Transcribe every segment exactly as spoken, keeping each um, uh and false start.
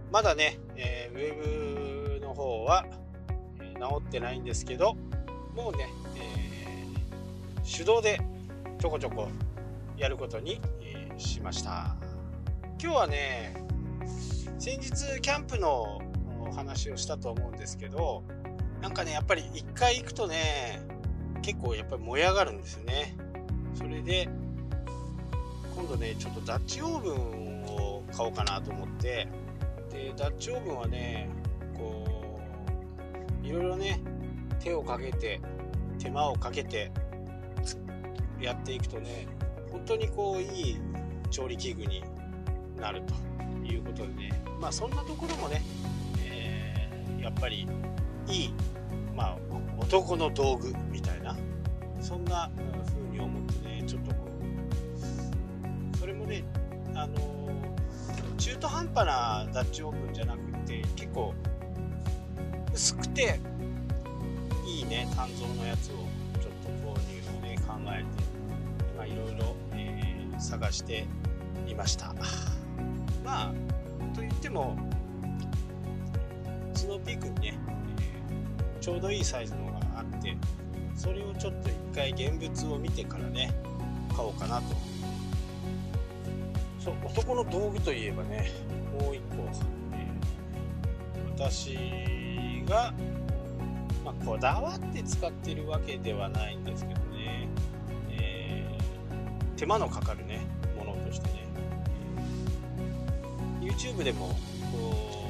まだね、えー、ウェブの方は、えー、直ってないんですけど、もうね、えー、手動でちょこちょこやることに、えー、しました。今日はね、先日キャンプのお話をしたと思うんですけど、なんかねやっぱり一回行くとね結構やっぱり燃え上がるんですよね。それで今度ねちょっとダッチオーブンを買おうかなと思って、でダッチオーブンはねこういろいろね手をかけて手間をかけてやっていくとね本当にこういい調理器具になるということでね、まあそんなところもね、えー、やっぱりいい、まあ男の道具みたいなそんな風に思ってね、ちょっとこうそれもねあのー、中途半端なダッチオーブンじゃなくて結構薄くていいね単造のやつをちょっと購入をね考えてまあいろいろ、えー、探していました。まあと言ってもスノーピークにね、えー、ちょうどいいサイズのがあって、それをちょっと一回現物を見てからね買おうかなと。そう男の道具といえばねもう一個、えー、私が、まあ、こだわって使ってるわけではないんですけどね、えー、手間のかかるねものとしてね、えー、YouTube でもこ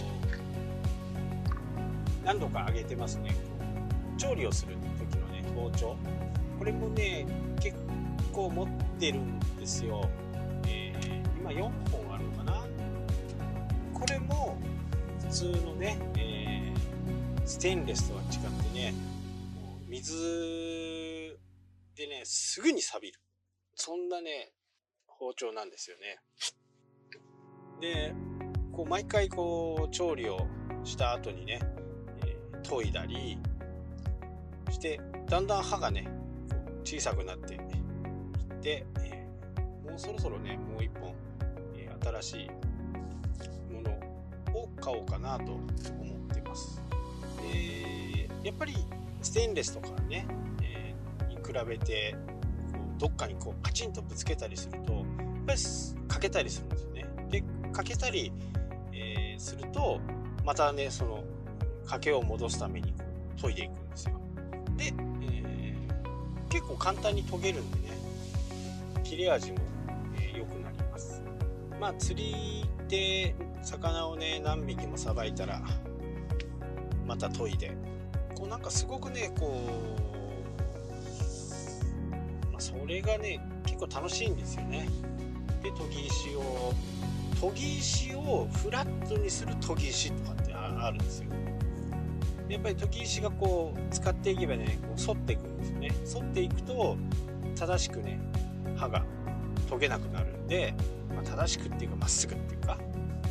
う何度か上げてますね。こう調理をする時のね包丁、これもね結構持ってるんですよ。えー、今よんほんあるのかな。これも普通のね、えー、ステンレスとは違ってね水でねすぐに錆びる、そんなね包丁なんですよね。でこう毎回こう調理をした後にね、えー、研いだりしてだんだん刃がね小さくなっていって、えー、もうそろそろねもう一本、えー、新しいものを買おうかなと思ってます。えー、やっぱりステンレスとかね、えー、に比べてこうどっかにこうカチンとぶつけたりするとやっぱり欠けたりするんですよね。で欠けたり、えー、するとまたねその欠けを戻すためにこう研いでいくんですよ。で、えー、結構簡単に研げるんでね切れ味も、えー、良くなります。まあ釣りで魚をね何匹もさばいたらまた研いでこうなんかすごくねこう、まあ、それがね結構楽しいんですよね。で研ぎ石を研ぎ石をフラットにする研ぎ石とかってあるんですよ。やっぱり研ぎ石がこう使っていけばねこう反っていくんですよね。反っていくと正しくね刃が研げなくなるんで、まあ、正しくっていうかまっすぐっていうか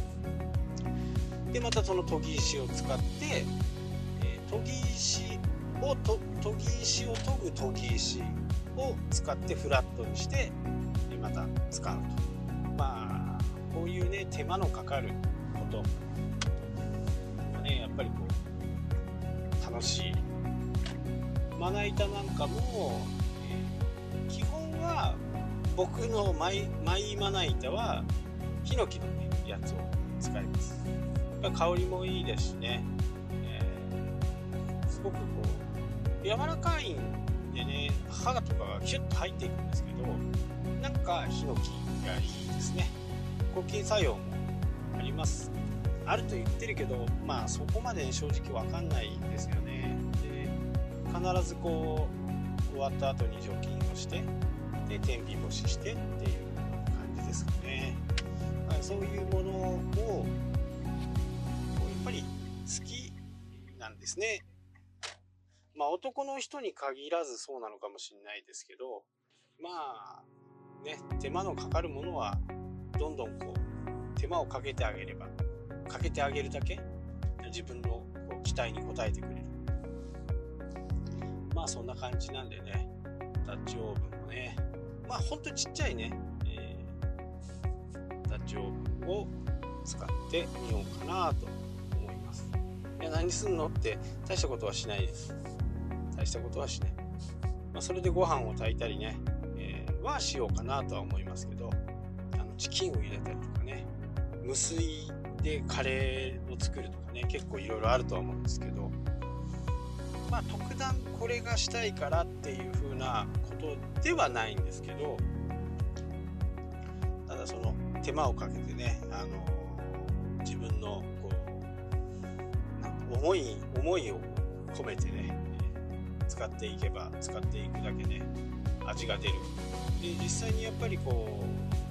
でまたその研ぎ石を使って、えー、研ぎ石をと研ぎ石を研ぐ研ぎ石を使ってフラットにしてまた使うと。まあこういうね手間のかかることがねやっぱりこう楽しい。まな板なんかも、えー、基本は僕のマイ、マイまな板はヒノキの、ね、やつを使います。やっぱ香りもいいですしね、えー、すごくこう柔らかいんでね刃とかがキュッと入っていくんですけど、なんかヒノキがいいですね。抗菌作用もあります。あると言ってるけどまあそこまで、ね、正直わかんないんですよね。で必ずこう終わった後に除菌をしてで天日干ししてっていう感じですかね。まあ、そういうものをやっぱり好きなんですね。まあ男の人に限らずそうなのかもしれないですけど、まあね手間のかかるものはどんどんこう手間をかけてあげればかけてあげるだけ自分のこう期待に応えてくれる。まあそんな感じなんでねダッチオーブンもねまあほんとちっちゃいね、えー、ダッチオーブンを使ってみようかなと思います。いや、何すんのって大したことはしないです。大したことはしない。まあ、それでご飯を炊いたりね、えー、はしようかなとは思いますけど、あのチキンを入れたりとかね、無水でカレーを作るとかね、結構いろいろあるとは思うんですけど、まあ特段これがしたいからっていう風なことではないんですけど、ただその手間をかけてね、あの自分のこうなんか思い思いを込めてね、使っていけば使っていくだけで味が出る。で実際にやっぱりこ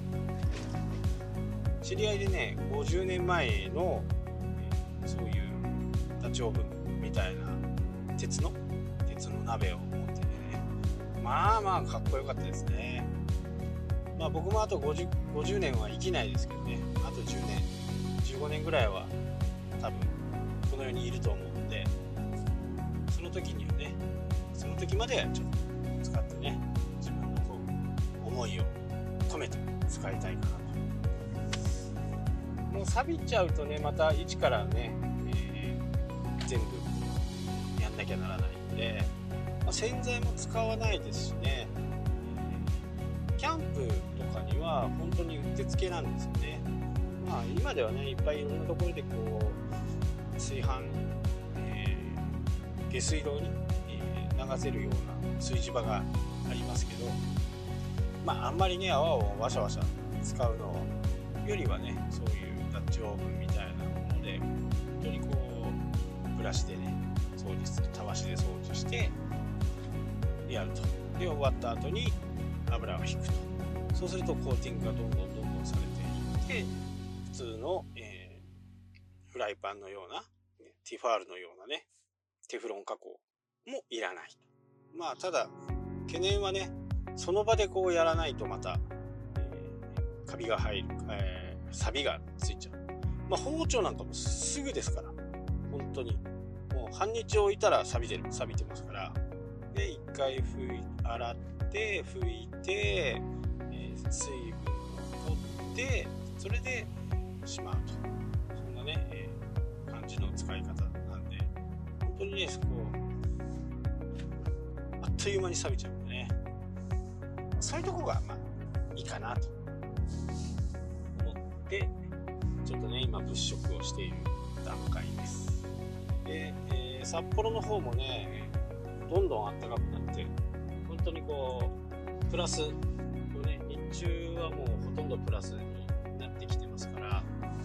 う知り合いでね、ごじゅうねんまえのそういうダッチオーブンみたいな鉄の鉄の鍋を持っててね、まあまあかっこよかったですね。まあ僕もあと 50, ごじゅうねんは生きないですけどね、あとじゅうねんじゅうごねんぐらいは多分この世にいると思うんで、その時にはね、その時までちょっと使ってね、自分のこう思いを込めて使いたいかなと。もう錆びちゃうとね、また一からね、えー、全部やんなきゃならないんで、まあ、洗剤も使わないですしね、えー、キャンプとかには本当にうってつけなんですよね。まあ今ではね、いっぱいいろんなところでこう炊飯、えー、下水道に、えー、流せるような炊事場がありますけど、まああんまりね泡をワシャワシャ使うのよりはね、そういうダッチオーブンみたいなもので本当にこうブラシでね掃除する、たわしで掃除してやると。で終わった後に油を引くと。そうするとコーティングがどんどんどんどんされていって、普通の、えー、フライパンのようなティファールのようなねテフロン加工もいらない。まあただ懸念はね、その場でこうやらないとまた、えー、カビが入る、えー、サビがついちゃう。まあ包丁なんかもすぐですから、本当にもう半日置いたら錆びてる錆びてますから。で一回拭い洗って拭いて、えー、水分を取ってそれでしまうと、そんなね、えー、感じの使い方なんで、本当にねこうあっという間に錆びちゃうんでね、そういうとこがまあいいかなと思ってちょっとね今物色をしている段階です。で、えー、札幌の方もねどんどん暖かくなって、本当にこうプラス、ね、日中はもうほとんどプラスになってきてますから、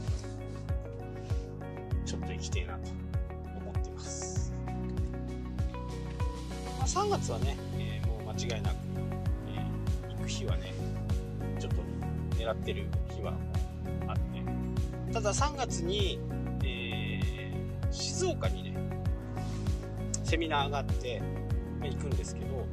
ちょっと生きてえなと思ってます。まあ、さんがつはね、えー、もう間違いなく、えー、行く日はねちょっと狙ってる日はあって、たださんがつに、えー、静岡にねセミナーがあって行くんですけど、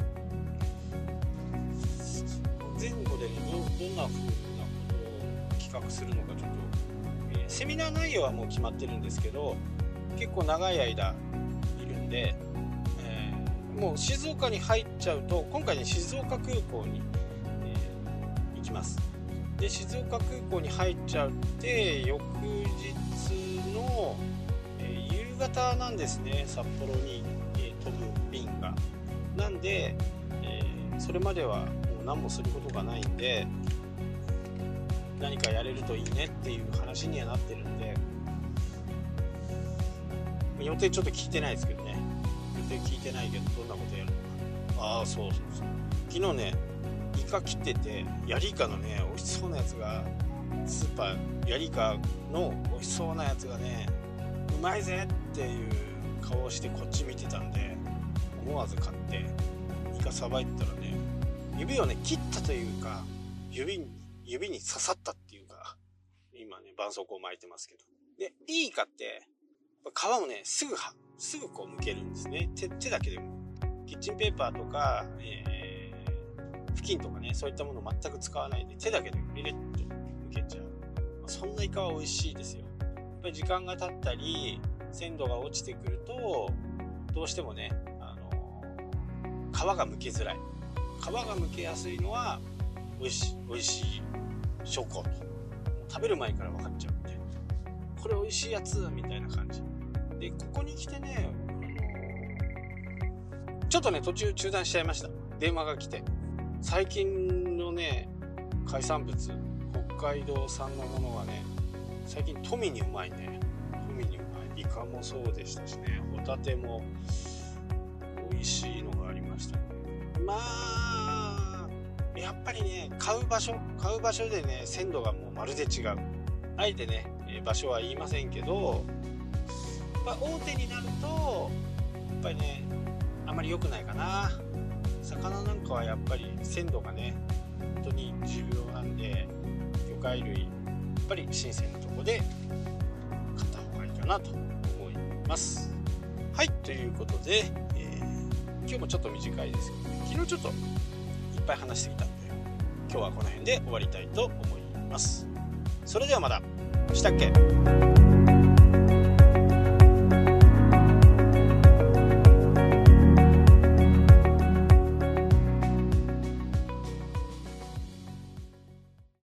前後で、ね、ど, どんな風なことを企画するのかちょっと、えー、セミナー内容はもう決まってるんですけど、結構長い間いるんで、えー、もう静岡に入っちゃうと、今回ね静岡空港に、えー、行きます。で静岡空港に入っちゃうって翌日の、えー、夕方なんですね、札幌に飛ぶ便が。なんで、えー、それまではもう何もすることがないんで、何かやれるといいねっていう話にはなってるんで、予定ちょっと聞いてないですけどね、予定聞いてないけどどんなことやるのか。ああそうそうそう、昨日ねイカ切ってて、ヤリイカのね美味しそうなやつが、スーパーヤリイカの美味しそうなやつがね、うまいぜっていう顔をしてこっち見てたんで、思わず買ってイカさばいてたらね、指をね切ったというか、指に指に刺さったっていうか、今ね絆創膏を巻いてますけど、でいいイカって皮もねすぐすぐこう剥けるんですね。 手, 手だけでもキッチンペーパーとか、えー、布巾とかね、そういったものを全く使わないで手だけでピレッと剥けちゃう、まあ、そんなイカは美味しいですよ。やっぱり時間が経ったり鮮度が落ちてくるとどうしてもね、あのー、皮が剥けづらい、皮が剥けやすいのは美味しい美味しい証拠と、食べる前から分かっちゃうんで、 れ美味しいやつみたいな感じで、ここに来てね、あのちょっとね途中中断しちゃいました。電話が来て、最近のね海産物、北海道産のものがね最近富にうまいね。富にうまい。イカもそうでしたしね、ホタテも美味しいのがありましたね。まあやっぱりね、買う場所買う場所でね鮮度がもうまるで違う。あえてね場所は言いませんけど、まあ、大手になるとやっぱりねあまり良くないかな。魚なんかはやっぱり鮮度がね本当に重要なんで、魚介類やっぱり新鮮なところで買った方がいいかなと思います。はい、ということで、えー、今日もちょっと短いですけど、昨日ちょっといっぱい話してきたんで、今日はこの辺で終わりたいと思います。それではまた。したっけ。